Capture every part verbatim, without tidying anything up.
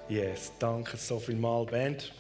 Yes, danke so vielmal, Band.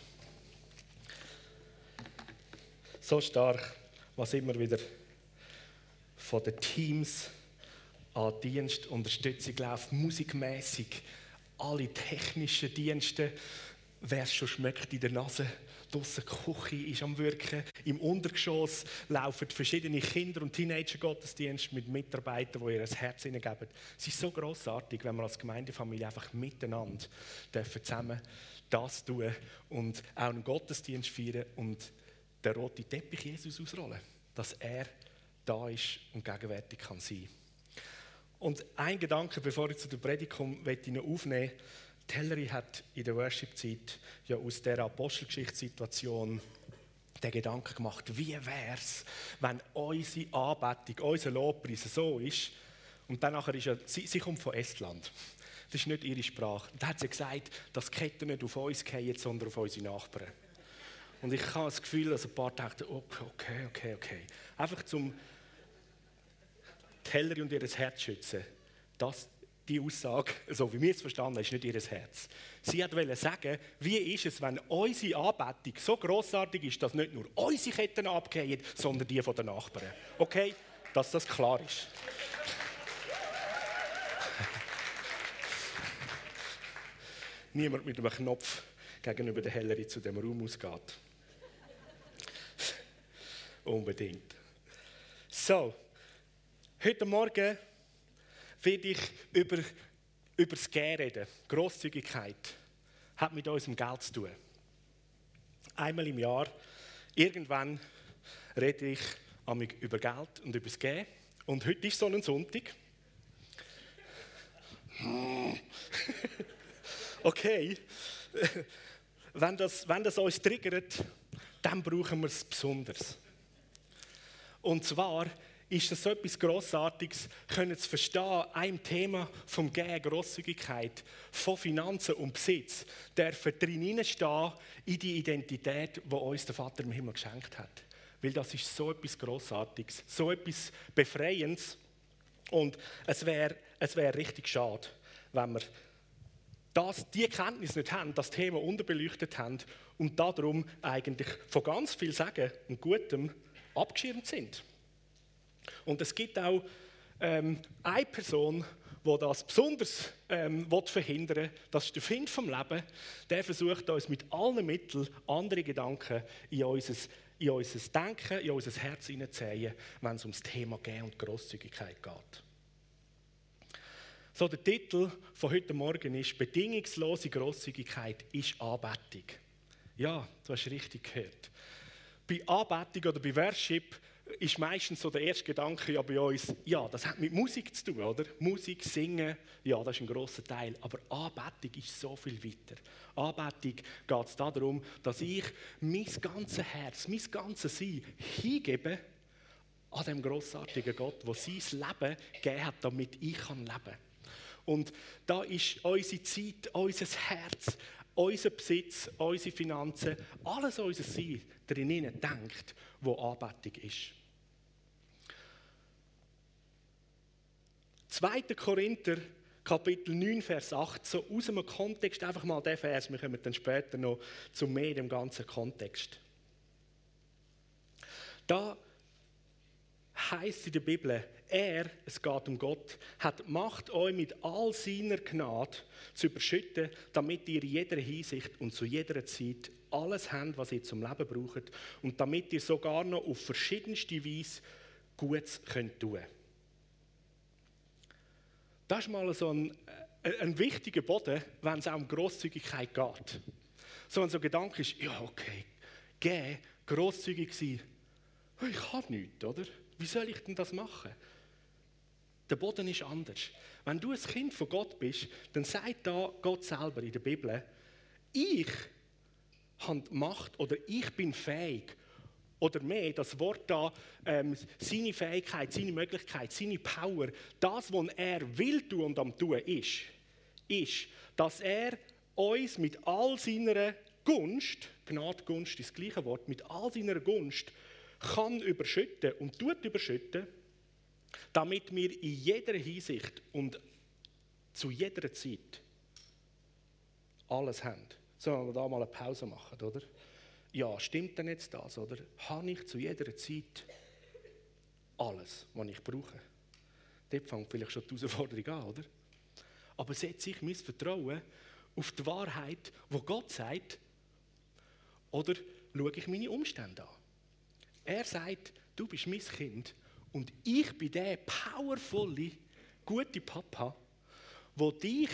So stark, was immer wieder von den Teams an Dienst, Unterstützung läuft, musikmäßig, alle technischen Dienste, wer es schon schmeckt in der Nase. Draussen die Küche ist am Wirken. Im Untergeschoss laufen verschiedene Kinder- und Teenager-Gottesdienste mit Mitarbeitern, die ihr Herz hineingeben. Es ist so grossartig, wenn wir als Gemeindefamilie einfach miteinander dürfen zusammen das tun und auch einen Gottesdienst feiern und den roten Teppich Jesus ausrollen, dass er da ist und gegenwärtig kann sein. Und ein Gedanke, bevor ich zu der Predigt komme, möchte ich noch aufnehmen. Hellery hat in der Worship-Zeit ja aus dieser Apostelgeschichtssituation den Gedanken gemacht, wie wäre es, wenn unsere Anbetung, unser Lobpreis so ist. Und dann nachher ist ja, sie, sie kommt von Estland. Das ist nicht ihre Sprache. Und dann hat sie gesagt, dass die Ketten nicht auf uns fallen, sondern auf unsere Nachbarn. Und ich habe das Gefühl, dass ein paar dachten, okay, okay, okay, okay. Einfach zum Hellery und ihr Herz zu schützen. Das Die Aussage, so wie wir es verstanden haben, ist nicht ihr Herz. Sie wollte sagen, wie ist es, wenn unsere Anbetung so grossartig ist, dass nicht nur unsere Ketten abgehen, sondern die der Nachbarn. Okay? Dass das klar ist. Niemand mit einem Knopf gegenüber der Hellery zu dem Raum ausgeht. Unbedingt. So, heute Morgen werde ich über, über das Gehen reden. Grosszügigkeit hat mit unserem Geld zu tun. Einmal im Jahr, irgendwann rede ich über Geld und über das Gehen. Und heute ist so ein Sonntag. Okay, wenn das, wenn das uns triggert, dann brauchen wir es besonders. Und zwar ist es so etwas Grossartiges, können zu verstehen, ein Thema vom Gehen, Grosszügigkeit, von Finanzen und Besitz, dürfen drin hineinstehen in die Identität, die uns der Vater im Himmel geschenkt hat. Weil das ist so etwas Grossartiges, so etwas Befreiendes. Und es wäre es wär richtig schade, wenn wir das, die Kenntnis nicht haben, das Thema unterbeleuchtet haben und darum eigentlich von ganz viel Sagen und Gutem abgeschirmt sind. Und es gibt auch ähm, eine Person, die das besonders ähm, verhindern will. Das ist der Find vom Leben. Der versucht uns mit allen Mitteln andere Gedanken in unser, in unser Denken, in unser Herz hineinzuziehen, wenn es um das Thema Gehen und Grosszügigkeit geht. So, der Titel von heute Morgen ist «Bedingungslose Grosszügigkeit ist Anbetung». Ja, du hast richtig gehört. Bei Anbetung oder bei Worship ist meistens so der erste Gedanke ja bei uns, ja, das hat mit Musik zu tun, oder? Musik, Singen, ja, das ist ein grosser Teil. Aber Anbetung ist so viel weiter. Anbetung geht es darum, dass ich mein ganzes Herz, mein ganzes Sein hingebe an dem grossartigen Gott, der sein Leben gegeben hat, damit ich leben kann. Und da ist unsere Zeit, unser Herz, unser Besitz, unsere Finanzen, alles unser Sein drinnen denkt, wo Anbetung ist. zweiter Korinther, Kapitel neun, Vers acht, so aus dem Kontext, einfach mal der Vers, wir kommen dann später noch zu mehr dem ganzen Kontext. Da heisst in der Bibel, er, es geht um Gott, hat Macht, euch mit all seiner Gnade zu überschütten, damit ihr in jeder Hinsicht und zu jeder Zeit alles habt, was ihr zum Leben braucht und damit ihr sogar noch auf verschiedenste Weise Gutes könnt tun. Das ist mal so ein, ein wichtiger Boden, wenn es auch um Grosszügigkeit geht. So ein so Gedanke ist, ja okay, gehen, grosszügig sein, ich habe nichts, oder? Wie soll ich denn das machen? Der Boden ist anders. Wenn du ein Kind von Gott bist, dann sagt da Gott selber in der Bibel, ich habe die Macht oder ich bin fähig, oder mehr, das Wort da, ähm, seine Fähigkeit, seine Möglichkeit, seine Power, das, was er will tun und am tun ist, ist, dass er uns mit all seiner Gunst, Gnade, Gunst ist das gleiche Wort, mit all seiner Gunst kann überschütten und tut überschütten, damit wir in jeder Hinsicht und zu jeder Zeit alles haben. Sollen wir da mal eine Pause machen, oder? Ja, stimmt denn jetzt das, oder? Habe ich zu jeder Zeit alles, was ich brauche? Dort fängt vielleicht schon die Herausforderung an, oder? Aber setze ich mein Vertrauen auf die Wahrheit, wo Gott sagt, oder schaue ich meine Umstände an? Er sagt, du bist mein Kind und ich bin der powervolle, gute Papa, der dich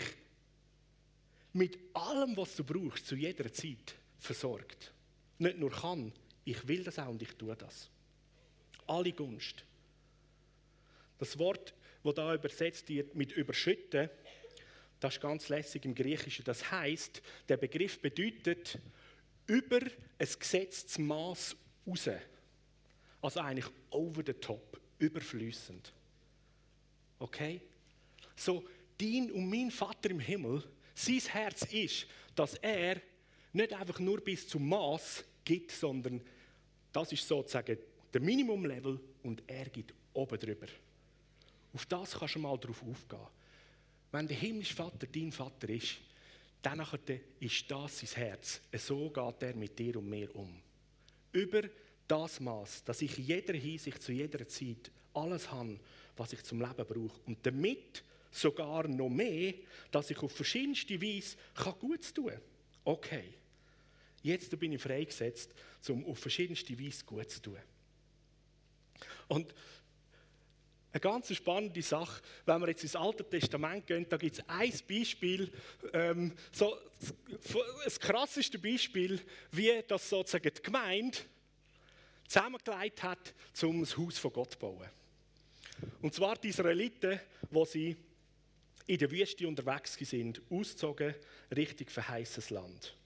mit allem, was du brauchst, zu jeder Zeit versorgt. Nicht nur kann, ich will das auch und ich tue das. Alle Gunst. Das Wort, das da übersetzt wird mit überschütten, das ist ganz lässig im Griechischen. Das heisst, der Begriff bedeutet über ein gesetztes Maß raus. Also eigentlich over the top, überfließend. Okay? So, dein und mein Vater im Himmel, sein Herz ist, dass er nicht einfach nur bis zum Maß gibt, sondern das ist sozusagen der Minimumlevel und er gibt oben drüber. Auf das kannst du mal drauf aufgehen. Wenn der himmlische Vater dein Vater ist, dann ist das sein Herz. So geht er mit dir und mir um. Über das Maß, dass ich in jeder Hinsicht zu jeder Zeit alles habe, was ich zum Leben brauche. Und damit sogar noch mehr, dass ich auf verschiedenste Weise Gutes tun kann. Okay, jetzt bin ich freigesetzt, um auf verschiedenste Weise gut zu tun. Und eine ganz spannende Sache, wenn wir jetzt ins Alte Testament gehen, da gibt es ein Beispiel, ähm, so, das krasseste Beispiel, wie das sozusagen die Gemeinde zusammengelegt hat, um das Haus von Gott zu bauen. Und zwar die Israeliten, wo sie in der Wüste unterwegs sind, ausgezogen Richtung verheißenes Land.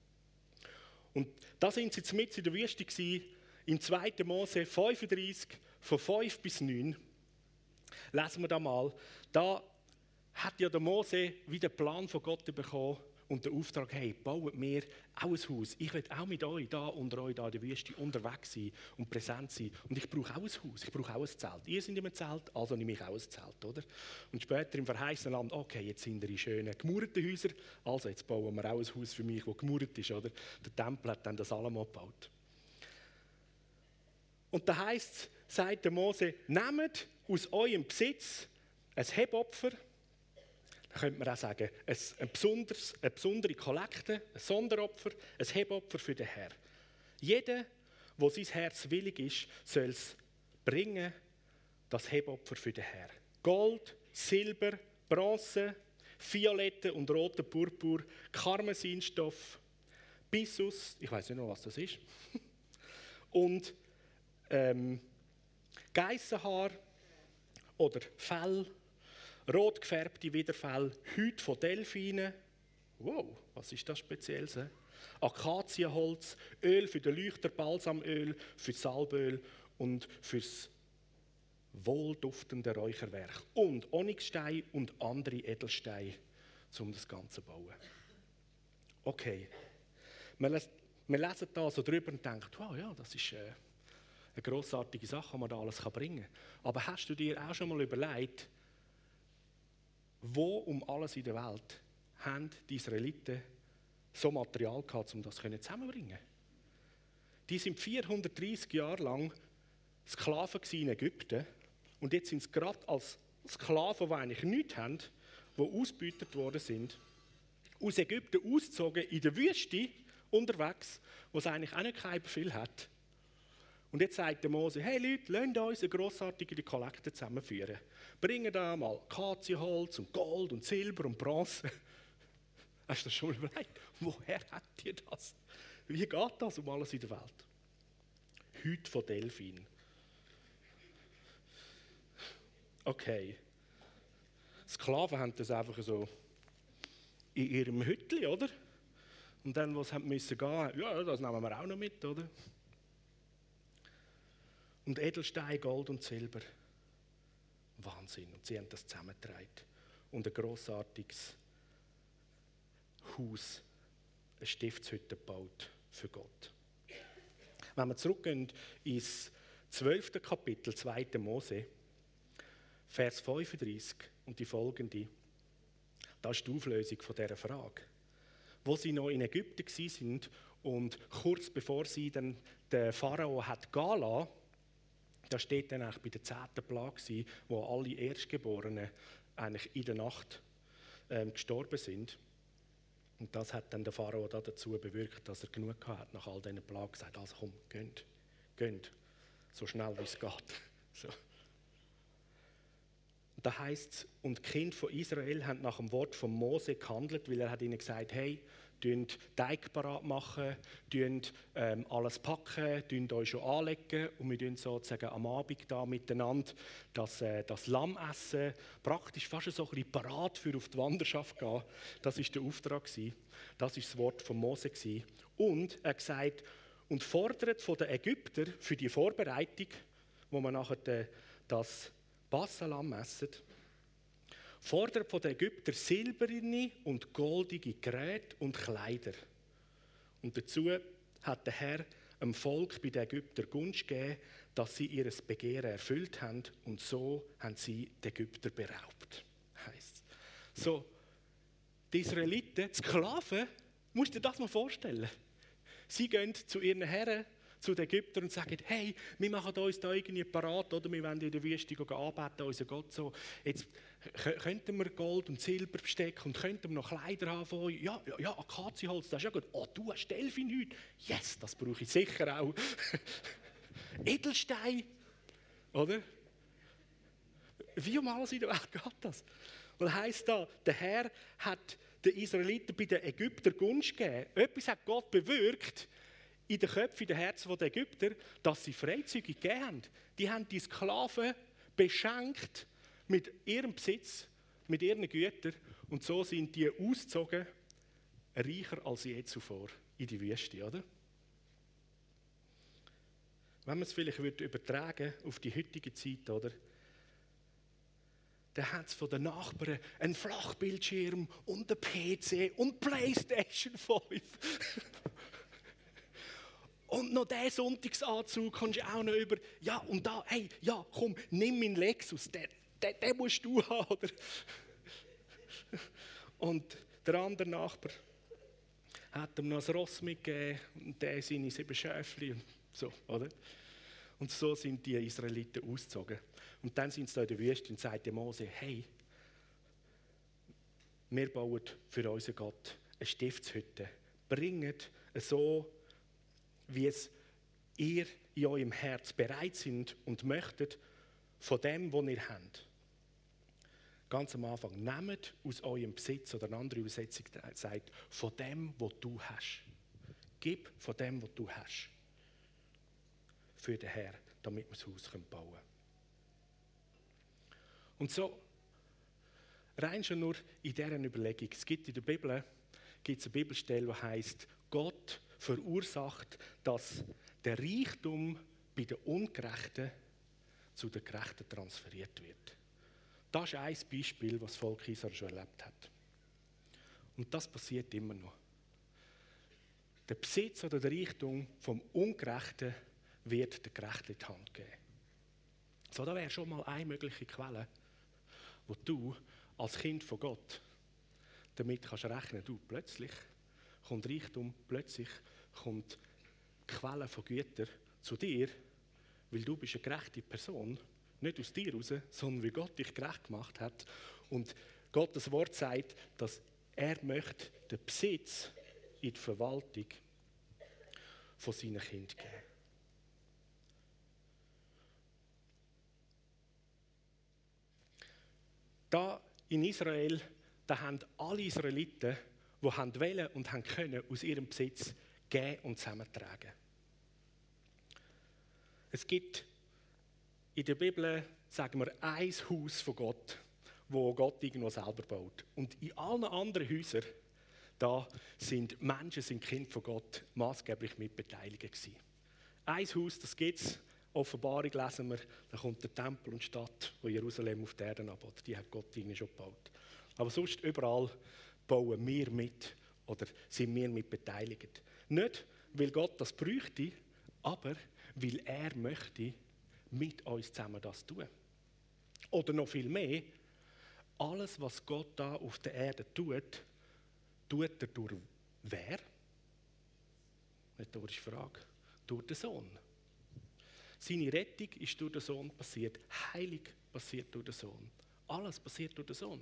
Und da sind sie mitten in der Wüste gewesen, im zweiten Mose fünfunddreißig, von fünf bis neun. Lesen wir da mal. Da hat ja der Mose wieder den Plan von Gott bekommen und den Auftrag, hey, baut mir auch ein Haus. Ich will auch mit euch da unter euch da in der Wüste unterwegs sein und präsent sein. Und ich brauche auch ein Haus, ich brauche auch ein Zelt. Ihr seid in einem Zelt, also nehme ich auch ein Zelt, oder? Und später im verheißenen Land, okay, jetzt sind wir in schönen, gemauerten Häusern, also jetzt bauen wir auch ein Haus für mich, das gemauert ist, oder? Der Tempel hat dann das Salomo gebaut. Und da heisst es, sagt der Mose, nehmt aus eurem Besitz ein Hebopfer, da könnte man auch sagen, ein, ein besonders, eine besondere Kollekte, ein Sonderopfer, ein Hebopfer für den Herrn. Jeder, der sein Herz willig ist, soll es bringen, das Hebopfer für den Herrn. Gold, Silber, Bronze, violette und rote Purpur, Karmesinstoff, Byssus, ich weiß nicht noch, was das ist, und ähm, Geissenhaar oder Fell, rot gefärbte Widerfell, Hüte von Delfinen. Wow, was ist das Spezielles? He? Akazienholz, Öl für den Leuchter, Balsamöl, für das Salböl und fürs wohlduftende Räucherwerk. Und Onyxstein und andere Edelsteine, um das Ganze zu bauen. Okay, wir lesen, wir lesen da so drüber und denken, wow, ja, das ist äh, eine grossartige Sache, die man da alles bringen kann. Aber hast du dir auch schon mal überlegt, wo um alles in der Welt haben die Israeliten so Material gehabt, um das zusammenzubringen? Die sind vierhundertdreißig Jahre lang Sklaven in Ägypten und jetzt sind sie gerade als Sklaven, die eigentlich nichts haben, die ausgebeutet worden sind, aus Ägypten ausgezogen, in der Wüste unterwegs, wo es eigentlich auch nicht kein Befehl hat. Und jetzt sagt der Mose, hey Leute, lasst uns eine grossartige Kollekte zusammenführen. Bringen da mal Akazienholz und Gold und Silber und Bronze. Hast du das schon mal überlegt? Woher habt ihr das? Wie geht das um alles in der Welt? Hüte von Delfin. Okay. Sklaven haben das einfach so in ihrem Hütli, oder? Und dann, was sie müssen gehen, ja, das nehmen wir auch noch mit, oder? Und Edelstein, Gold und Silber. Wahnsinn. Und sie haben das zusammengetragen. Und ein grossartiges Haus, eine Stiftshütte gebaut für Gott. Wenn wir zurückgehen ins zwölfte Kapitel, zweite Mose, Vers fünfunddreißig und die folgende, das ist die Auflösung von dieser Frage. wo sie noch in Ägypten waren und kurz bevor sie dann den Pharao hat gehen lassen, da steht dann eigentlich bei der zehnten Plage, wo alle Erstgeborenen eigentlich in der Nacht ähm, gestorben sind. Und das hat dann der Pharao da dazu bewirkt, dass er genug hatte nach all diesen Plagen, gesagt, also komm, geht, geht, so schnell wie es geht. So. Und da heißt es, und die Kinder von Israel haben nach dem Wort von Mose gehandelt, weil er hat ihnen gesagt, hey, tünt Teig parat machen, tünt ähm, alles packen, tünt euch schon anlegen und wir tun sozusagen am Abend da miteinander das, äh, das Lamm essen, praktisch fast so ein bisschen parat für auf die Wanderschaft gehen. Das ist der Auftrag gewesen. Das ist das Wort von Mose gewesen. Und er hat gesagt, und fordert von den Ägyptern für die Vorbereitung, wo man nachher de, das Passahlamm essen, fordert von den Ägyptern silberne und goldige Geräte und Kleider. Und dazu hat der Herr dem Volk bei den Ägyptern Gunst gegeben, dass sie ihr Begehren erfüllt haben und so haben sie die Ägypter beraubt. Heisst. So, die Israeliten, die Sklaven, musst du dir das mal vorstellen. Sie gehen zu ihren Herren, zu den Ägyptern und sagen, hey, wir machen uns da irgendwie parat, oder wir wollen in der Wüste anbeten, unseren Gott so. Jetzt könnten wir Gold und Silber bestecken und könnten wir noch Kleider haben von euch. Ja, ja, ja, Akazienholz, das ist ja gut. Oh, du hast Delphi nicht. Yes, das brauche ich sicher auch. Edelstein, oder? Wie um alles in der Welt geht das? Und heisst da, der Herr hat den Israeliten bei den Ägyptern Gunst gegeben. Etwas hat Gott bewirkt, in den Köpfen, in den Herzen der Ägypter, dass sie freizügig gegeben haben. Die haben die Sklaven beschenkt mit ihrem Besitz, mit ihren Gütern. Und so sind die ausgezogen, reicher als je zuvor in die Wüste, oder? Wenn man es vielleicht übertragen auf die heutige Zeit, oder? Dann hat es von den Nachbarn einen Flachbildschirm und einen P C und PlayStation fünf. Und noch diesen Sonntagsanzug kommst du auch noch über. Ja, und da, hey, ja, komm, nimm meinen Lexus, den, den, den musst du haben, oder? Und der andere Nachbar hat ihm noch ein Ross mitgegeben und der seine sieben Schäfchen und so, oder? Und so sind die Israeliten ausgezogen. Und dann sind sie da in der Wüste und sagt Mose, hey, wir bauen für unseren Gott eine Stiftshütte. Bringt so, wie es ihr in eurem Herz bereit sind und möchtet, von dem, was ihr habt. Ganz am Anfang, nehmt aus eurem Besitz, oder eine andere Übersetzung sagt, von dem, was du hast. Gib von dem, was du hast. Für den Herrn, damit wir das Haus bauen können. Und so, rein schon nur in dieser Überlegung, es gibt in der Bibel gibt es eine Bibelstelle, die heisst, Gott verursacht, dass der Reichtum bei den Ungerechten zu den Gerechten transferiert wird. Das ist ein Beispiel, was das Volk Israel schon erlebt hat. Und das passiert immer noch. Der Besitz oder der Reichtum vom Ungerechten wird der Gerechten in die Hand geben. So, da wäre schon mal eine mögliche Quelle, wo du als Kind von Gott damit kannst rechnen, du plötzlich kommt Reichtum, plötzlich kommt die Quelle von Gütern zu dir, weil du bist eine gerechte Person, nicht aus dir raus, sondern weil Gott dich gerecht gemacht hat. Und Gottes Wort sagt, dass er möchte den Besitz in die Verwaltung von seinen Kindern geben. Da in Israel, da haben alle Israeliten, die wollen und haben können, aus ihrem Besitz geben und zusammentragen. Es gibt in der Bibel, sagen wir, ein Haus von Gott, wo Gott irgendwo selber baut. Und in allen anderen Häusern, da sind Menschen, sind Kinder von Gott, maßgeblich mitbeteiligt gewesen. Ein Haus, das gibt es, Offenbarung lesen wir, da kommt der Tempel und die Stadt, wo Jerusalem auf der Erde anbaut. Die hat Gott irgendwie schon gebaut. Aber sonst überall bauen wir mit oder sind wir mit beteiligt. Nicht, weil Gott das bräuchte, aber weil er möchte mit uns zusammen das tun. Oder noch viel mehr, alles, was Gott da auf der Erde tut, tut er durch Wer? Rhetorische Frage. Durch den Sohn. Seine Rettung ist durch den Sohn passiert. Heilung passiert durch den Sohn. Alles passiert durch den Sohn.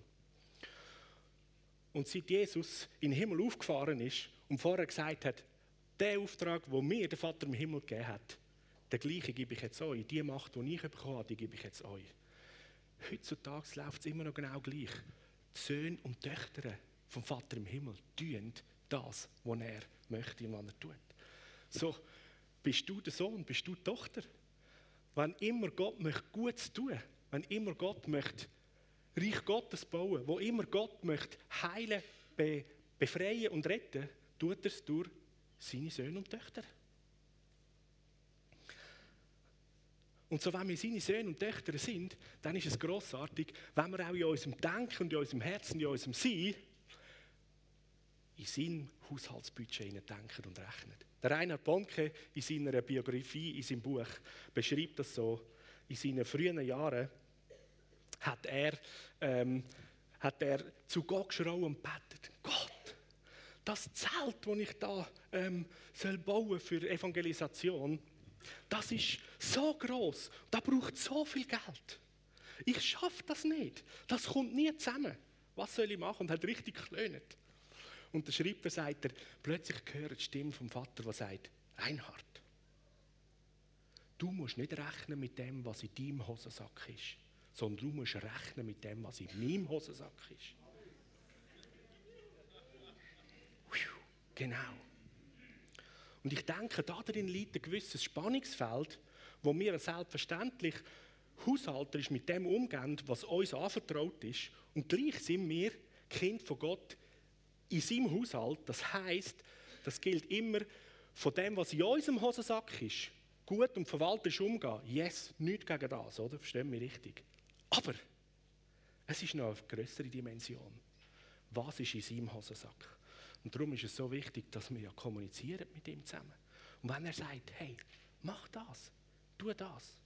Und seit Jesus in den Himmel aufgefahren ist und vorher gesagt hat, der Auftrag, den mir der Vater im Himmel gegeben hat, den gleichen gebe ich jetzt euch. Die Macht, die ich bekommen habe, die gebe ich jetzt euch. Heutzutage läuft es immer noch genau gleich. Die Söhne und Töchter vom Vater im Himmel tun das, was er möchte und was er tut. So, bist du der Sohn, bist du die Tochter? Wenn immer Gott möchte Gutes tun, wenn immer Gott möchte Reich Gottes bauen, wo immer Gott möchte heilen, be, befreien und retten, tut er es durch seine Söhne und Töchter. Und so, wenn wir seine Söhne und Töchter sind, dann ist es grossartig, wenn wir auch in unserem Denken und in unserem Herzen, in unserem Sein, in sein Haushaltsbudget denken und rechnen. Der Reinhard Bonke in seiner Biografie, in seinem Buch, beschreibt das so. In seinen frühen Jahren hat er, ähm, hat er zu Gott geschrien und gebetet: Gott, das Zelt, das ich da ähm, soll bauen für Evangelisation, das ist so gross, da braucht so viel Geld. Ich schaffe das nicht. Das kommt nie zusammen. Was soll ich machen? Und hat richtig geklönt. Und der Schreiber sagt er, plötzlich hört die Stimme vom Vater, die sagt: Reinhard, du musst nicht rechnen mit dem, was in deinem Hosensack ist, sondern du musst rechnen mit dem, was in meinem Hosensack ist. Genau. Und ich denke, darin liegt ein gewisses Spannungsfeld, wo wir selbstverständlich haushalterisch mit dem umgehen, was uns anvertraut ist. Und gleich sind wir Kind von Gott in seinem Haushalt. Das heisst, das gilt immer von dem, was in unserem Hosensack ist, gut und verwalterisch umgehen. Yes, nichts gegen das, oder? Verstehen wir richtig. Aber es ist noch eine grössere Dimension. Was ist in seinem Hosensack? Und darum ist es so wichtig, dass wir ja kommunizieren mit ihm zusammen. Und wenn er sagt, hey, mach das, tu das,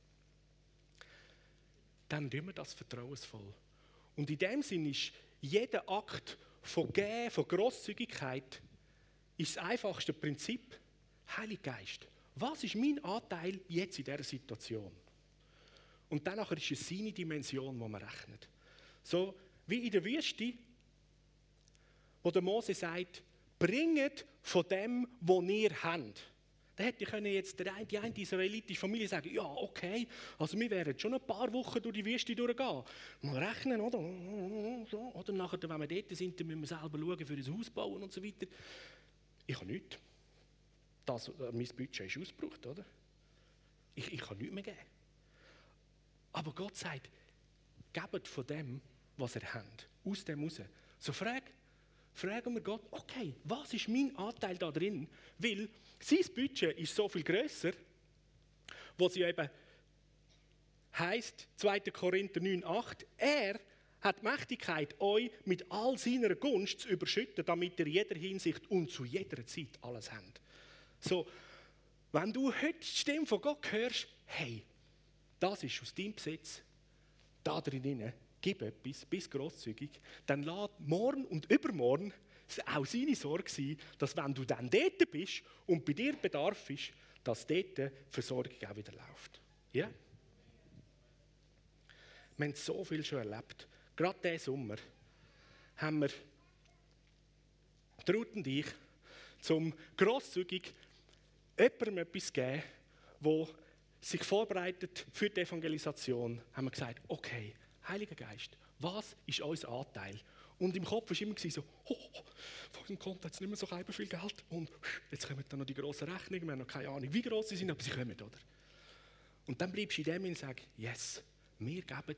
dann tun wir das vertrauensvoll. Und in dem Sinn ist jeder Akt von Geben, von Grosszügigkeit, ist das einfachste Prinzip. Heiliger Geist, was ist mein Anteil jetzt in dieser Situation? Und danach ist es seine Dimension, die man rechnet. So wie in der Wüste, wo der Mose sagt, bringet von dem, was ihr habt. Da hätte ich jetzt die eine israelitische Familie sagen, ja, okay, also wir werden schon ein paar Wochen durch die Wüste durchgehen. Mal rechnen, oder? Oder nachher, wenn wir dort sind, dann müssen wir selber schauen, für ein Haus bauen und so weiter. Ich habe nichts. Das, mein Budget ist ausgebraucht, oder? Ich, ich kann nichts mehr geben. Aber Gott sagt, gebt von dem, was ihr habt, aus dem raus. So frag, fragen wir Gott, okay, was ist mein Anteil da drin? Weil sein Budget ist so viel grösser, wo sie eben heisst, zweiter Korinther neun acht, er hat die Mächtigkeit, euch mit all seiner Gunst zu überschütten, damit ihr in jeder Hinsicht und zu jeder Zeit alles habt. So, wenn du heute die Stimme von Gott hörst, hey, das ist aus deinem Besitz, da drin, gib etwas, bist grosszügig, dann lass morgen und übermorgen auch seine Sorge sein, dass wenn du dann dort bist und bei dir Bedarf ist, dass dort die Versorgung auch wieder läuft. Ja? Wir haben so viel schon erlebt. Gerade diesen Sommer haben wir, Ruth und ich, zum grosszügig jemandem etwas zu geben, der sich vorbereitet für die Evangelisation, haben wir gesagt, okay, Heiliger Geist, was ist unser Anteil? Und im Kopf war immer so, oh, von unserem Konto hat es nicht mehr so viel Geld und jetzt kommen dann noch die grossen Rechnungen, wir haben noch keine Ahnung, wie gross sie sind, aber sie kommen, oder? Und dann bleibst du in dem und sagst, yes, wir geben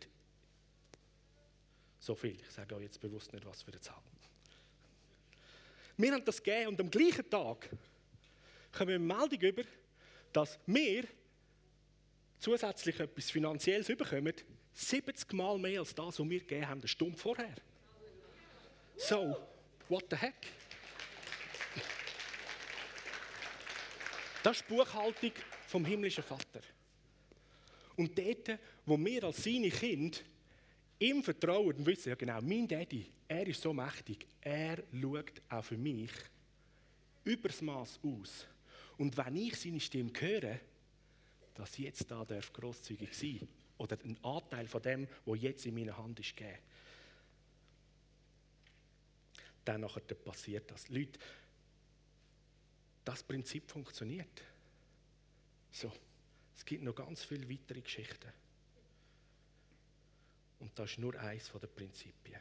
so viel. Ich sage euch jetzt bewusst nicht, was für eine Zahl. Wir haben das gegeben und am gleichen Tag kommen wir eine Meldung über, dass wir zusätzlich etwas Finanzielles bekommen, siebzig Mal mehr als das, was wir gegeben haben, eine Stunde vorher. So, what the heck? Das ist die Buchhaltung vom himmlischen Vater. Und dort, wo wir als seine Kinder ihm vertrauen und wissen, ja genau, mein Daddy, er ist so mächtig, er schaut auch für mich übers Maß aus. Und wenn ich seine Stimme höre, dass jetzt da darf grosszügig sein oder ein Anteil von dem, was jetzt in meiner Hand ist, geben, dann nachher passiert das. Leute, das Prinzip funktioniert. So, es gibt noch ganz viele weitere Geschichten. Und das ist nur eines der Prinzipien.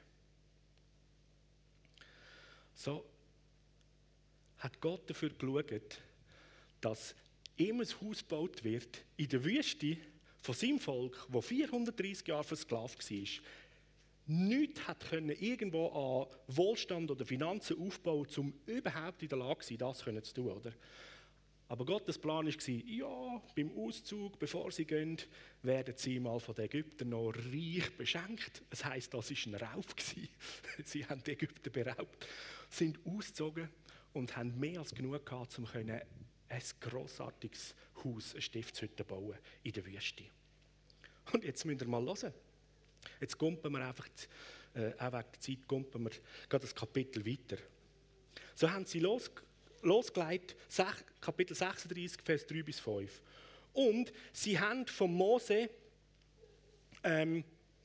So hat Gott dafür geschaut, dass ihm ein Haus gebaut wird in der Wüste von seinem Volk, das vierhundertdreissig Jahre versklavt war. Nichts hat können irgendwo an Wohlstand oder Finanzen aufbauen, um überhaupt in der Lage zu sein, das zu tun. Oder? Aber Gottes Plan war, ja, beim Auszug, bevor sie gehen, werden sie mal von den Ägyptern noch reich beschenkt. Das heisst, das war ein Raub. Sie haben die Ägypter beraubt, sind ausgezogen und haben mehr als genug gehabt, um ein grossartiges Haus, eine Stiftshütte bauen in der Wüste. Und jetzt müsst ihr mal hören. Jetzt kumpen wir einfach, äh, auch wegen der Zeit, kumpen wir gerade das Kapitel weiter. So haben sie los, losgelegt, Kapitel sechsunddreissig, Vers drei bis fünf. Und sie haben von Mose ähm,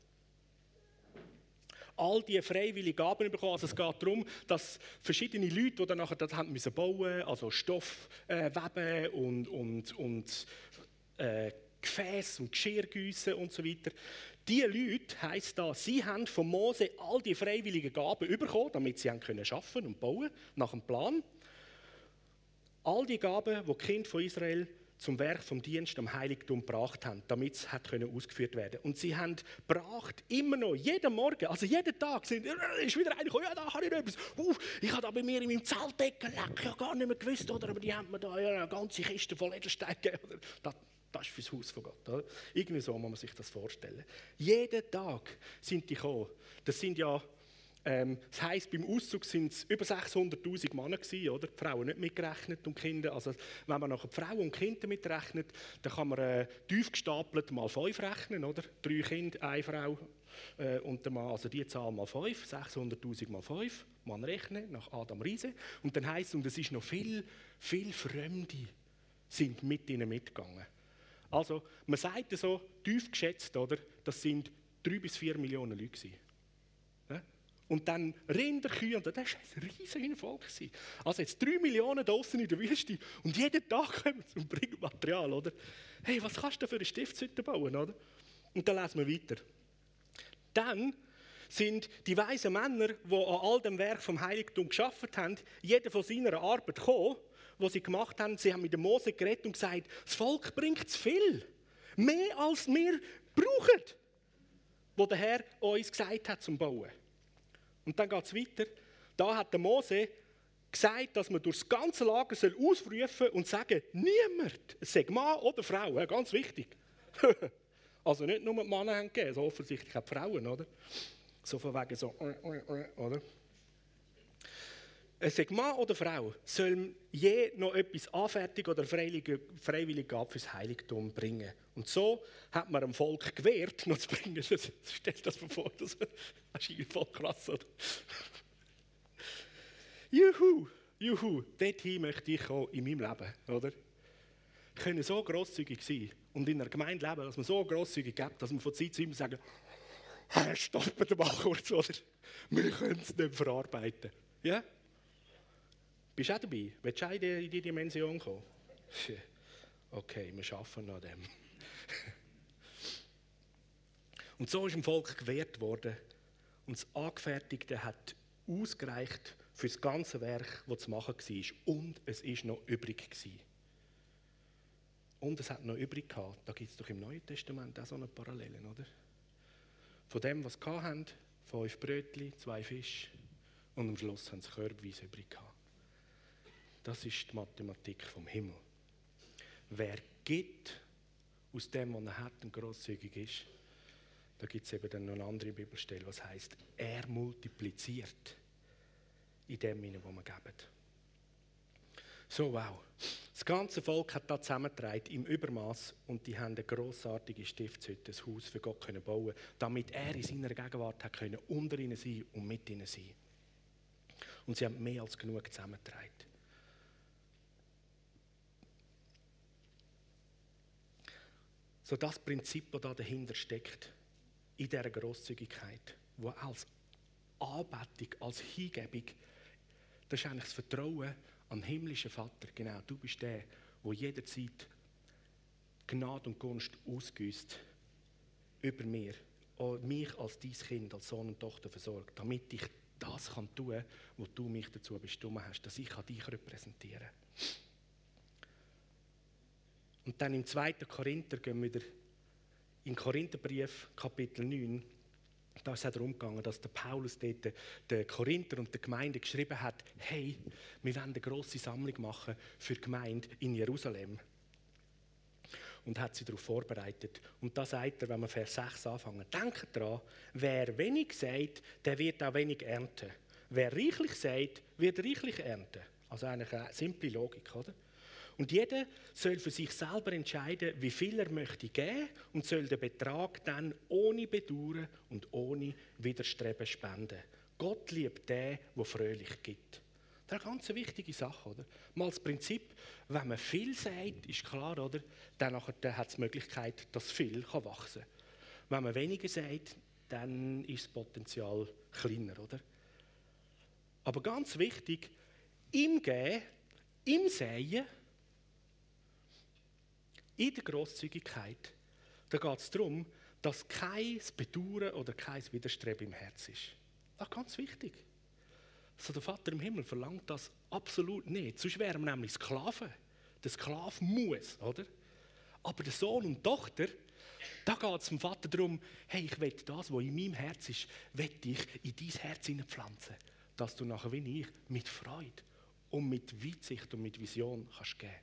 all die freiwilligen Gaben bekommen. Also es geht darum, dass verschiedene Leute, die dann nachher das haben müssen bauen, also Stoff äh, weben und, und, und äh, Gefäße und Geschirrgüsse und so weiter. Diese Leute, heisst da, sie haben von Mose all die freiwilligen Gaben bekommen, damit sie arbeiten können und bauen, nach dem Plan. All die Gaben, die die Kinder von Israel zum Werk vom Dienst am Heiligtum gebracht haben, damit es ausgeführt werden konnte. Und sie haben gebracht, immer noch, jeden Morgen, also jeden Tag, sind, ist wieder einer gekommen, ja, da habe ich noch etwas. Uh, ich habe da bei mir in meinem Zeltdecken, ich habe gar nicht mehr gewusst, oder? Aber die haben mir da ja, eine ganze Kiste voll Edelsteine gegeben. Das, das ist fürs Haus von Gott. Oder? Irgendwie so muss man sich das vorstellen. Jeden Tag sind die gekommen. Das sind ja, ähm, das heisst, beim Auszug sind es über sechshunderttausend Männer gewesen, oder? Die Frauen nicht mitgerechnet und die Kinder. Also, wenn man nachher die Frauen und die Kinder mitrechnet, dann kann man äh, tief gestapelt mal fünf rechnen, oder? Drei Kinder, eine Frau äh, und der Mann, also die Zahl mal fünf, sechshunderttausend mal fünf, man rechnet nach Adam Riese. Und dann heisst es, und es ist noch viel, viel Fremde sind mit ihnen mitgegangen. Also, man sagt so, tief geschätzt, oder? Das sind drei bis vier Millionen Leute gewesen. Ja? Und dann Rinder, Kühe, und das war ein riesiges Volk. Also jetzt drei Millionen draussen in der Wüste und jeden Tag kommen sie und bringen Material, oder? Hey, was kannst du für eine Stiftshütte bauen, oder? Und dann lesen wir weiter. Dann sind die weisen Männer, die an all dem Werk vom Heiligtum gearbeitet haben, jeder von seiner Arbeit gekommen, was sie gemacht haben. Sie haben mit dem Mose geredet und gesagt, das Volk bringt zu viel. Mehr als wir brauchen, was der Herr uns gesagt hat zum Bauen. Und dann geht es weiter. Da hat der Mose gesagt, dass man durch das ganze Lager ausrufen soll und sagen, niemand, sei Mann oder Frau, ganz wichtig. Also nicht nur die Männer haben gegeben, so offensichtlich auch die Frauen, oder? So von wegen so, oder? Sei Mann oder Frau, soll je noch etwas anfertigen oder freiwillig ab fürs Heiligtum bringen. Und so hat man dem Volk gewährt, noch zu bringen. Stellt das mal vor, das ist voll krass, oder? Juhu, juhu, dorthin möchte ich auch in meinem Leben, oder? Wir können so grosszügig sein und in einer Gemeinde leben, dass man so grosszügig gibt, dass man von Zeit zu Zeit sagen, hey, stoppen mal kurz, oder? Wir können es nicht verarbeiten. Ja? Bist du auch dabei? Willst du auch in diese Dimension kommen? Okay, wir arbeiten an dem. Und so ist dem Volk gewährt worden und das Angefertigte hat ausgereicht für das ganze Werk, das zu machen war. Und es war noch übrig gewesen. Und es hat noch übrig gehabt. Da gibt es doch im Neuen Testament auch so eine Parallele, oder? Von dem, was sie hatten, fünf Brötchen, zwei Fische und am Schluss haben sie körbweise übrig gehabt. Das ist die Mathematik vom Himmel. Wer gibt aus dem, was er hat und grosszügig ist, da gibt es eben dann noch eine andere Bibelstelle, was heisst, er multipliziert in dem, was wir geben. So, wow. Das ganze Volk hat da zusammengetragen im Übermaß und die haben eine grossartige Stiftshütte, ein Haus für Gott können bauen, damit er in seiner Gegenwart hat können unter ihnen sein und mit ihnen sein. Und sie haben mehr als genug zusammengetragen. So das Prinzip, das da dahinter steckt, in dieser Grosszügigkeit, wo als Anbetung, als Hingebung, das ist eigentlich das Vertrauen an den himmlischen Vater. Genau, du bist der, der jederzeit Gnade und Gunst ausgießt über mir, mich als dein Kind, als Sohn und Tochter versorgt, damit ich das kann tun kann, was du mich dazu bestimmt hast, dass ich dich repräsentieren kann. Und dann im zweiten Korinther gehen wir wieder in den Korintherbrief, Kapitel neun. Da ist es darum gegangen, dass der Paulus dort den Korinther und der Gemeinde geschrieben hat, hey, wir wollen eine grosse Sammlung machen für die Gemeinde in Jerusalem. Und hat sie darauf vorbereitet. Und da sagt er, wenn wir Vers sechs anfangen, denkt daran, wer wenig sagt, der wird auch wenig ernten. Wer reichlich sagt, wird reichlich ernten. Also eigentlich eine simple Logik, oder? Und jeder soll für sich selber entscheiden, wie viel er möchte geben und soll den Betrag dann ohne Bedauern und ohne Widerstreben spenden. Gott liebt den, der fröhlich gibt. Das ist eine ganz wichtige Sache, oder? Mal das Prinzip, wenn man viel sagt, ist klar, oder? Dann hat es die Möglichkeit, dass viel wachsen kann. Wenn man weniger sagt, dann ist das Potenzial kleiner, oder? Aber ganz wichtig, im Geben, im Säen, in der Grosszügigkeit, da geht es darum, dass kein Bedauern oder kein Widerstreben im Herz ist. Das ist ganz wichtig. Also der Vater im Himmel verlangt das absolut nicht. Sonst wären wir nämlich Sklaven. Der Sklave muss, oder? Aber der Sohn und die Tochter, da geht es dem Vater darum, hey, ich will das, was in meinem Herz ist, will ich in dein Herz hineinpflanzen. Dass du nachher wie ich mit Freude und mit Weitsicht und mit Vision kannst geben.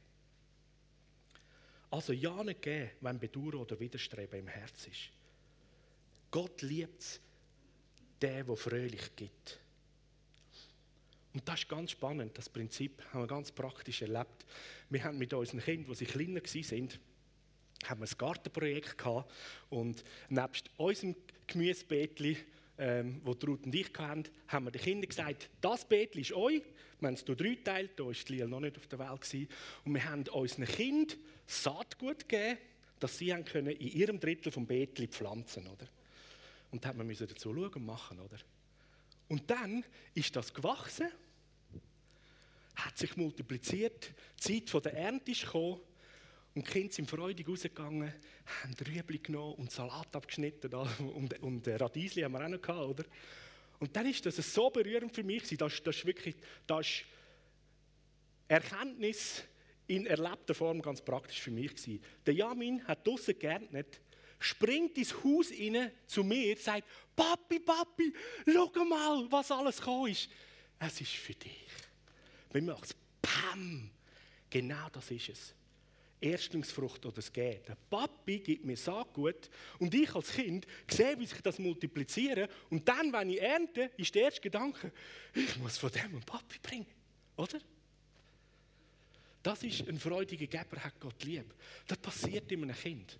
Also ja nicht geben, wenn Bedauern oder Widerstreben im Herz ist. Gott liebt es, der, der fröhlich gibt. Und das ist ganz spannend, das Prinzip haben wir ganz praktisch erlebt. Wir haben mit unseren Kindern, als sie kleiner waren, haben wir ein Gartenprojekt gehabt und nebst unserem Gemüsebeetli, ähm, das Ruth und ich hatten, haben wir den Kindern gesagt, das Beetli ist euch. Wir haben es durch drei geteilt, da war Lila noch nicht auf der Welt gewesen. Und wir haben unseren Kindern Saatgut gegeben, dass sie haben können in ihrem Drittel vom Beetli pflanzen konnten. Und dann mussten wir dazu schauen und machen, oder? Und dann ist das gewachsen, hat sich multipliziert, die Zeit der Ernte ist gekommen und die Kinder sind freudig rausgegangen, haben Rüebli genommen und Salat abgeschnitten und, und Radiesli haben wir auch noch gehabt, oder? Und dann ist das so berührend für mich, das, das ist wirklich das ist Erkenntnis in erlebter Form ganz praktisch für mich gewesen. Der Jamin hat draussen geerntet, springt ins Haus rein zu mir, sagt, Papi, Papi, schau mal, was alles gekommen ist. Es ist für dich. Wenn man macht, Pam, genau das ist es. Erstlingsfrucht oder das Gehen. Der Papi gibt mir Saatgut und ich als Kind sehe, wie sich das multipliziert. Und dann, wenn ich ernte, ist der erste Gedanke, ich muss von dem einen Papi bringen. Oder? Das ist ein freudiger Geber, hat Gott lieb. Das passiert in einem Kind.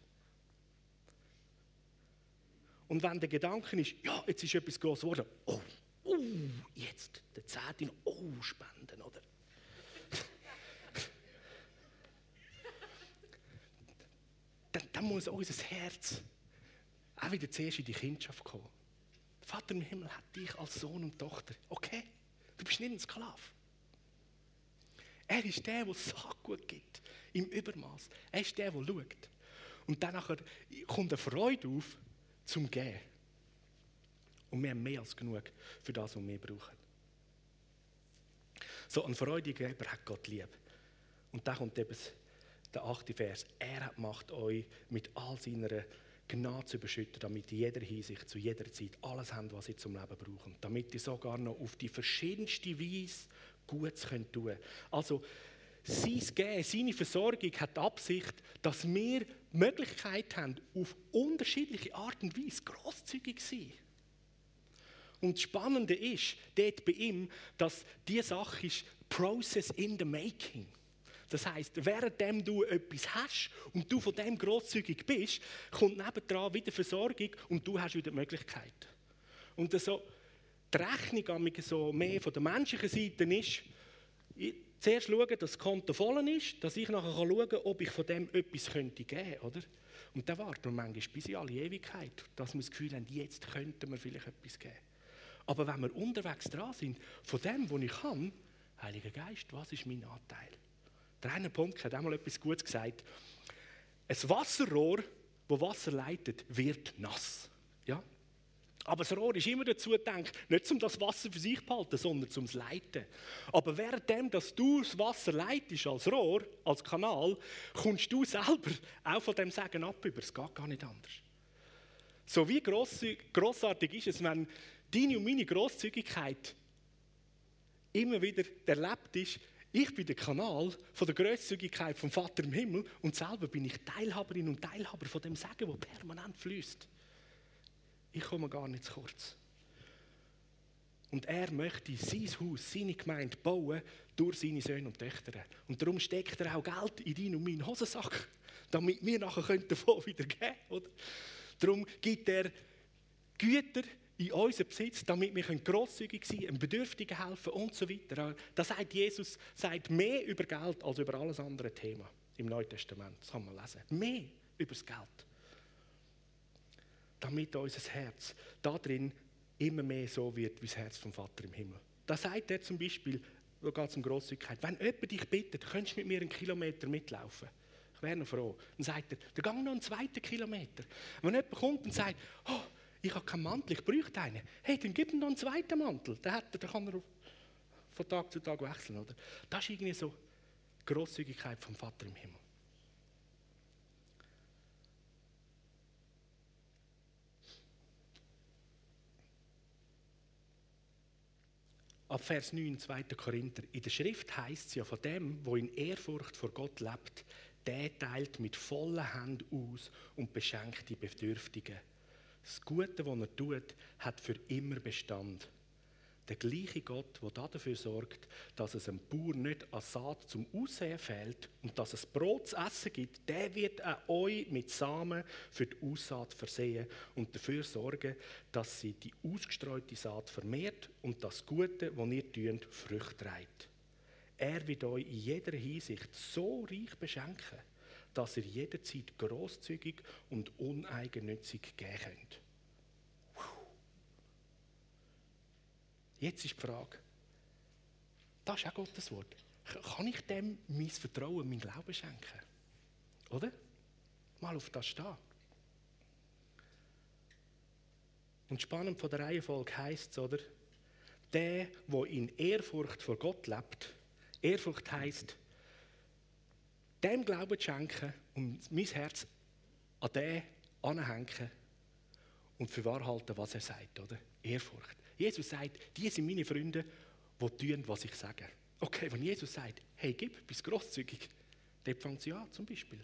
Und wenn der Gedanke ist, ja, jetzt ist etwas groß geworden, oh, oh, jetzt, der Zehnte, oh, spenden, oder? dann, dann muss unser Herz auch wieder zuerst in die Kindschaft kommen. Der Vater im Himmel hat dich als Sohn und Tochter. Okay, du bist nicht ein Sklave. Er ist der, der Saatgut gibt, im Übermaß. Er ist der, der schaut. Und dann kommt eine Freude auf, zum Geben. Und wir haben mehr als genug für das, was wir brauchen. So ein freudiger Geber hat Gott lieb. Und da kommt eben der achte Vers. Er hat Macht, euch mit all seiner Gnade zu überschütten, damit in jeder Hinsicht, zu jeder Zeit alles habt, was ihr zum Leben braucht. Damit ihr sogar noch auf die verschiedenste Weise Gutes tun könnt. Also, sein Geben, seine Versorgung hat die Absicht, dass wir die Möglichkeit haben, auf unterschiedliche Art und Weise grosszügig zu sein. Und das Spannende ist, dort bei ihm, dass diese Sache ist Process in the making. Das heisst, währenddem du etwas hast und du von dem grosszügig bist, kommt nebendran wieder Versorgung und du hast wieder die Möglichkeit. Und so, die Rechnung so mehr von der menschlichen Seite ist, zuerst schauen, dass das Konto voll ist, dass ich nachher schauen kann, ob ich von dem etwas könnte geben könnte, oder? Und dann warten wir manchmal bis in alle Ewigkeit, dass wir das Gefühl haben, jetzt könnten wir vielleicht etwas geben. Aber wenn wir unterwegs dran sind, von dem, was ich kann, Heiliger Geist, was ist mein Anteil? Der eine Punkt hat einmal etwas Gutes gesagt. Ein Wasserrohr, das Wasser leitet, wird nass. Ja? Aber das Rohr ist immer dazu gedacht, nicht um das Wasser für sich zu behalten, sondern zum Leiten. Aber währenddem, dass du das Wasser leitest als Rohr, als Kanal, kommst du selber auch von dem Segen ab über. Es geht gar nicht anders. So wie grossartig ist es, wenn deine und meine Grosszügigkeit immer wieder erlebt ist, ich bin der Kanal von der Grosszügigkeit vom Vater im Himmel und selber bin ich Teilhaberin und Teilhaber von dem Segen, der permanent fließt. Ich komme gar nicht zu kurz. Und er möchte sein Haus, seine Gemeinde bauen durch seine Söhne und Töchter. Und darum steckt er auch Geld in deinen und meinen Hosensack, damit wir nachher davon wieder geben können. Darum gibt er Güter in unseren Besitz, damit wir grosszügig sein können, einem Bedürftigen helfen und so weiter. Das sagt Jesus, sagt mehr über Geld als über alles andere Thema im Neuen Testament. Das kann man lesen. Mehr über das Geld. Damit unser Herz da drin immer mehr so wird wie das Herz vom Vater im Himmel. Da sagt er zum Beispiel, da geht es um Grosszügigkeit, wenn jemand dich bittet, könntest du mit mir einen Kilometer mitlaufen? Ich wäre noch froh. Dann sagt er, dann gang noch einen zweiten Kilometer. Wenn jemand kommt und sagt, oh, ich habe keinen Mantel, ich bräuchte einen. Hey, dann gib ihm noch einen zweiten Mantel. Den, hat er, den kann er von Tag zu Tag wechseln. Oder? Das ist irgendwie so die Grosszügigkeit vom Vater im Himmel. Ab Vers neun, zweiter Korinther. In der Schrift heisst es ja, von dem, der in Ehrfurcht vor Gott lebt, der teilt mit vollen Händen aus und beschenkt die Bedürftigen. Das Gute, was er tut, hat für immer Bestand. Der gleiche Gott, der dafür sorgt, dass es einem Bauer nicht an Saat zum Aussehen fehlt und dass es Brot zu essen gibt, der wird auch euch mit Samen für die Aussaat versehen und dafür sorgen, dass sie die ausgestreute Saat vermehrt und das Gute, was ihr tut, Früchte trägt. Er wird euch in jeder Hinsicht so reich beschenken, dass ihr jederzeit grosszügig und uneigennützig geben könnt. Jetzt ist die Frage, das ist auch Gottes Wort. Kann ich dem mein Vertrauen, mein Glauben schenken? Oder? Mal auf das stehen. Und spannend von der Reihenfolge heisst es, oder? Der, der in Ehrfurcht vor Gott lebt, Ehrfurcht heisst, dem Glauben zu schenken und mein Herz an den anhängen und für wahr halten, was er sagt, oder? Ehrfurcht. Jesus sagt, die sind meine Freunde, die tun, was ich sage. Okay, wenn Jesus sagt, hey, gib, bist grosszügig, dann fängt sie an, zum Beispiel.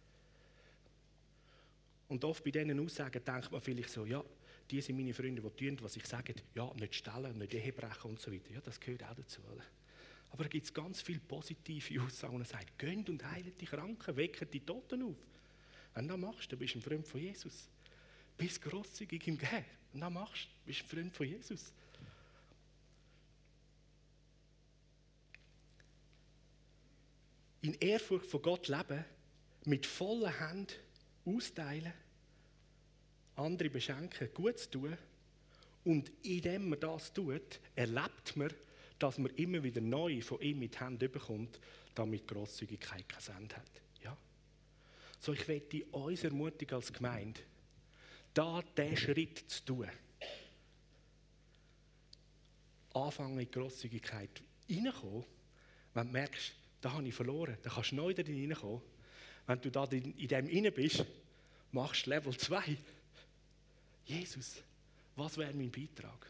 Und oft bei diesen Aussagen denkt man vielleicht so, ja, die sind meine Freunde, die tun, was ich sage, ja, nicht stellen, nicht Ehe brechen und so weiter. Ja, das gehört auch dazu, oder? Aber da gibt es ganz viele positive Aussagen, und er sagt, geht und heilt die Kranken, weckt die Toten auf. Wenn du das machst, dann bist du ein Freund von Jesus. Bist grosszügig im Geben. Wenn du das machst, bist du ein Freund von Jesus. In Ehrfurcht von Gott leben, mit vollen Händen austeilen, andere beschenken, gut zu tun. Und indem man das tut, erlebt man, dass man immer wieder neu von ihm mit Händen bekommt, damit Grosszügigkeit kein Ende hat. Ja? So, ich möchte uns ermutigen als Gemeinde, da diesen Schritt zu tun. Anfangen in die Grosszügigkeit reinkommen, wenn du merkst, da habe ich verloren, dann kannst du neu da reinkommen. Wenn du da in dem rein bist, machst du Level zwei. Jesus, was wäre mein Beitrag?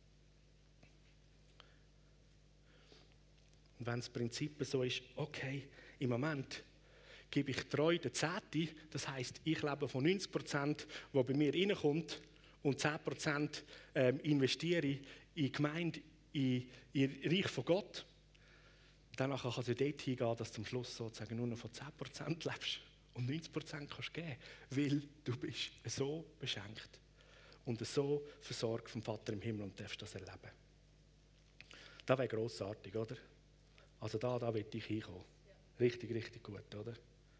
Und wenn das Prinzip so ist, okay, im Moment gebe ich treu den Zehnten, das heisst, ich lebe von neunzig Prozent, was bei mir reinkommt, und zehn Prozent ähm, investiere in die Gemeinde, in, in das Reich von Gott. Danach kann es ja dort hingehen, dass du am Schluss sozusagen nur noch von zehn Prozent lebst und neunzig Prozent kannst geben, weil du bist so beschenkt und so versorgt vom Vater im Himmel und darfst das erleben. Das wäre grossartig, oder? Also da, da will ich hinkommen. Richtig, richtig gut, oder?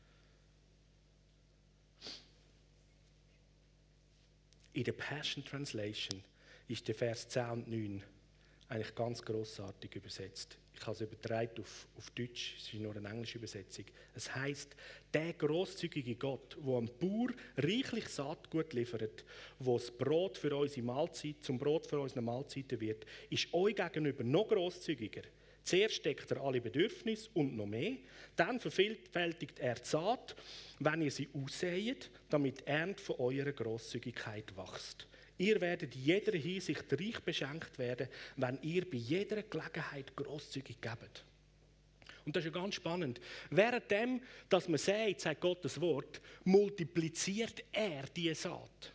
In der Passion Translation ist der Vers zehn und neun eigentlich ganz grossartig übersetzt. Ich habe es übertragen auf, auf Deutsch, es ist nur eine englische Übersetzung. Es heisst, der grosszügige Gott, der am Bauer reichlich Saatgut liefert, wo das Brot für unsere Mahlzeit, zum Brot für unsere Mahlzeiten wird, ist euch gegenüber noch grosszügiger. Zuerst deckt er alle Bedürfnisse und noch mehr, dann vervielfältigt er die Saat, wenn ihr sie aussäet, damit die Ernte von eurer Grosszügigkeit wächst. Ihr werdet in jeder Hinsicht reich beschenkt werden, wenn ihr bei jeder Gelegenheit grosszügig gebt. Und das ist ja ganz spannend. Währenddem, dass man sagt, sagt Gottes Wort, multipliziert er diese Saat.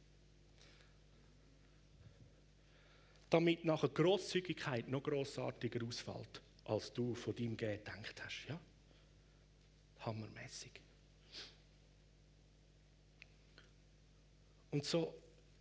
Damit nachher Grosszügigkeit noch grossartiger ausfällt, als du von deinem Gehen gedacht hast. Ja? Hammermäßig. Und so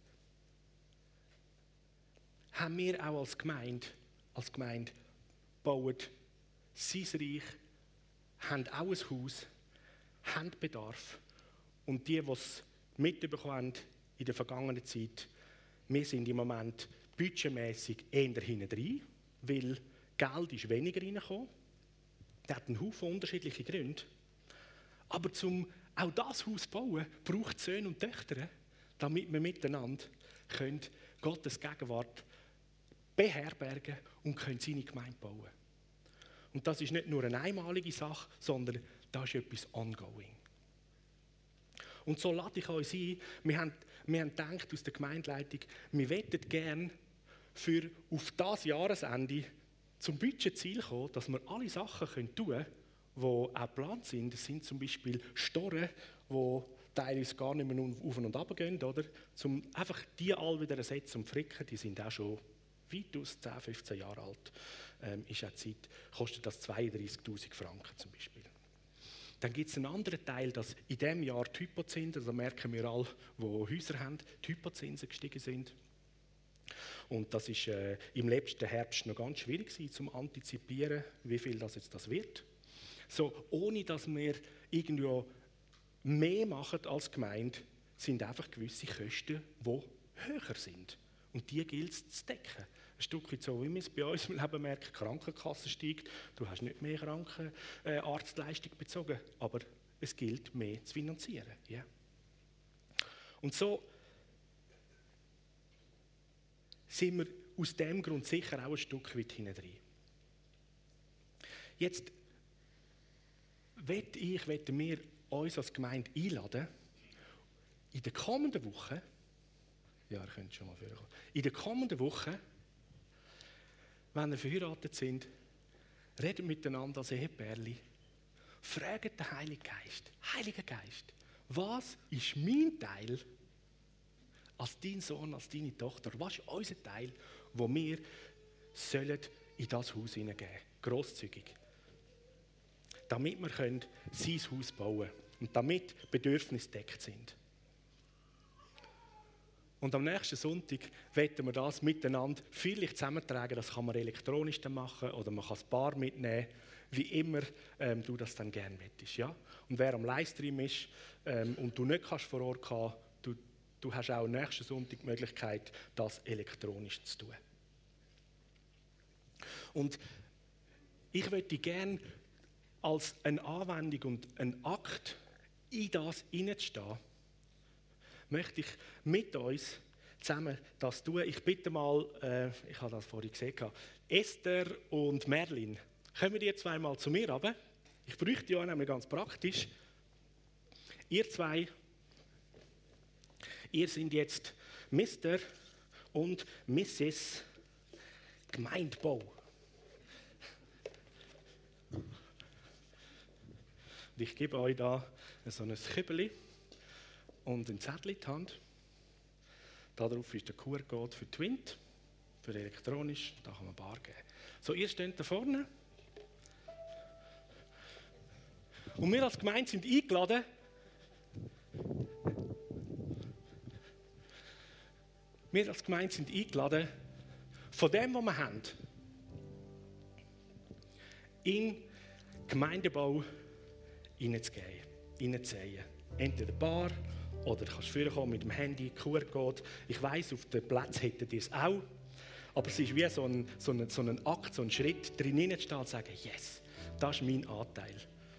haben wir auch als Gemeinde, als Gemeinde bauen sein Reich, haben auch ein Haus, haben Bedarf. Und die, die es mitbekommen haben in der vergangenen Zeit, wir sind im Moment budgetmässig eher hinten drin, weil Geld ist weniger reingekommen. Das hat einen Haufen unterschiedliche Gründe. Aber um auch das Haus zu bauen, braucht es Söhne und Töchter, damit wir miteinander können Gottes Gegenwart beherbergen und können seine Gemeinde bauen. Und das ist nicht nur eine einmalige Sache, sondern das ist etwas ongoing. Und so lade ich euch ein, wir haben, wir haben gedacht aus der Gemeindeleitung, wir möchten gerne für auf das Jahresende zum Budgetziel kommen, dass wir alle Sachen tun können, die auch geplant sind. Das sind zum Beispiel Storren, die teilweise gar nicht mehr auf und ab gehen, oder? Zum einfach die alle wieder ersetzen und fricken, die sind auch schon weitaus zehn, fünfzehn Jahre alt. Ähm, ist auch Zeit, kostet das zweiunddreißigtausend Franken zum Beispiel. Dann gibt es einen anderen Teil, dass in diesem Jahr die Hypozinsen, also merken wir alle, die Häuser haben, die Hypozinsen gestiegen sind. Und das ist äh, im letzten Herbst noch ganz schwierig gewesen, zum antizipieren, wie viel das jetzt das wird. So, ohne dass wir irgendwie mehr machen als Gemeinde, sind einfach gewisse Kosten, die höher sind. Und die gilt es zu decken. Ein Stück weit so, wie wir es bei uns im Leben merken, die Krankenkasse steigt, du hast nicht mehr Krankenarztleistung bezogen, aber es gilt, mehr zu finanzieren. Yeah. Und so sind wir aus diesem Grund sicher auch ein Stück weit hinten drin. Jetzt möchte ich, möchten wir uns als Gemeinde einladen, in der kommenden Woche, ja, ihr könnt schon mal vorkommen, in der kommenden Woche, wenn ihr verheiratet sind, redet miteinander als Ehepärli, fragt den Heiligen Geist, Heiliger Geist, was ist mein Teil als dein Sohn, als deine Tochter? Was ist unser Teil, wo wir sollen in das Haus hineingeben, grosszügig, damit wir können sein Haus bauen können und damit Bedürfnisse gedeckt sind. Und am nächsten Sonntag wollen wir das miteinander vielleicht zusammentragen. Das kann man elektronisch dann machen oder man kann das Bar mitnehmen, wie immer ähm, du das dann gerne möchtest. Ja? Und wer am Livestream ist ähm, und du nicht kannst vor Ort gehen, du, du hast auch am nächsten Sonntag die Möglichkeit, das elektronisch zu tun. Und ich möchte gerne als eine Anwendung und ein Akt in das hineinzustehen, möchte ich mit uns zusammen das tun. Ich bitte mal, äh, ich habe das vorhin gesehen, Esther und Merlin, kommen ihr zweimal zu mir runter? Ich bräuchte ja nämlich ganz praktisch. Ihr zwei, ihr sind jetzt Mister und Misses Gemeindebau. Und ich gebe euch da so ein Kübeli und einen Zettel in die Hand. Darauf ist der Q R-Code für Twint, für elektronisch, da kann man Bar geben. So, ihr steht da vorne. Und wir als Gemeinde sind eingeladen, wir als Gemeinde sind eingeladen, von dem, was wir haben, in Gemeindebau hineinzugehen, hineinzusehen. Entweder Bar oder du kannst vorkommen mit dem Handy, Q R-Code. Ich weiss, auf dem Platz hättet ihr es auch. Aber es ist wie so ein, so ein, so ein Akt, so ein Schritt, drin hineinzustehen und zu sagen, yes, das ist mein Anteil.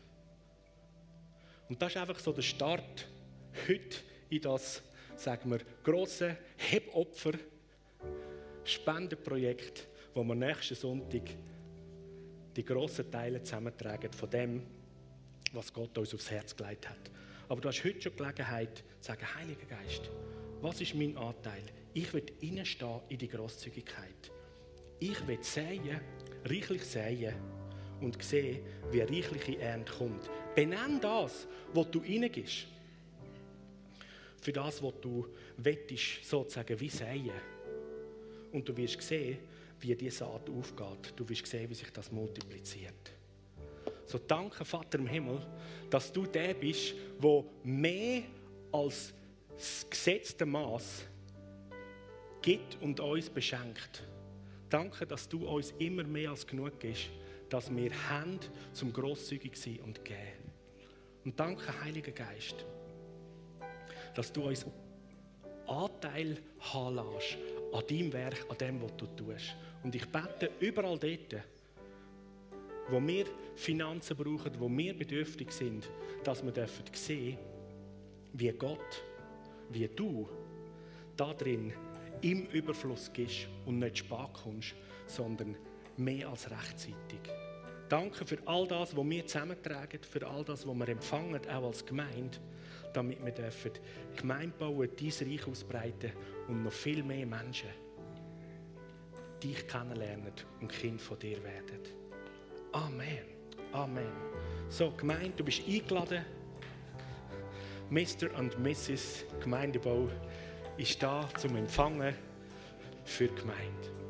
Und das ist einfach so der Start heute in das, sagen wir, grosse Hebopfer, Spendenprojekt, wo wir nächsten Sonntag die grossen Teile zusammentragen von dem, was Gott uns aufs Herz gelegt hat. Aber du hast heute schon die Gelegenheit zu sagen, Heiliger Geist, was ist mein Anteil? Ich will reinstehen in die Grosszügigkeit. Ich will säen, reichlich säen und sehen, wie reichliche Ernte kommt. Benenn das, was du reingibst. Für das, was du wettest, sozusagen wie säen. Und du wirst sehen, wie diese Saat aufgeht. Du wirst sehen, wie sich das multipliziert. So danke, Vater im Himmel, dass du der bist, der mehr als das gesetzte Maß gibt und uns beschenkt. Danke, dass du uns immer mehr als genug gibst, dass wir haben, zum grosszügig sein und geben. Und danke, Heiliger Geist, dass du uns Anteil haben lässt an deinem Werk, an dem, was du tust. Und ich bete überall dort, wo wir Finanzen brauchen, wo wir bedürftig sind, dass wir dürfen sehen, wie Gott, wie du da drin im Überfluss gehst und nicht spät kommst, sondern mehr als rechtzeitig. Danke für all das, was wir zusammentragen, für all das, was wir empfangen, auch als Gemeinde, damit wir dürfen Gemeinde bauen, dein Reich ausbreiten und noch viel mehr Menschen dich kennenlernen und Kind von dir werden. Amen. Amen. So, Gemeinde, du bist eingeladen. Mister und Misses Gemeindebau ist da zum Empfangen für die Gemeinde.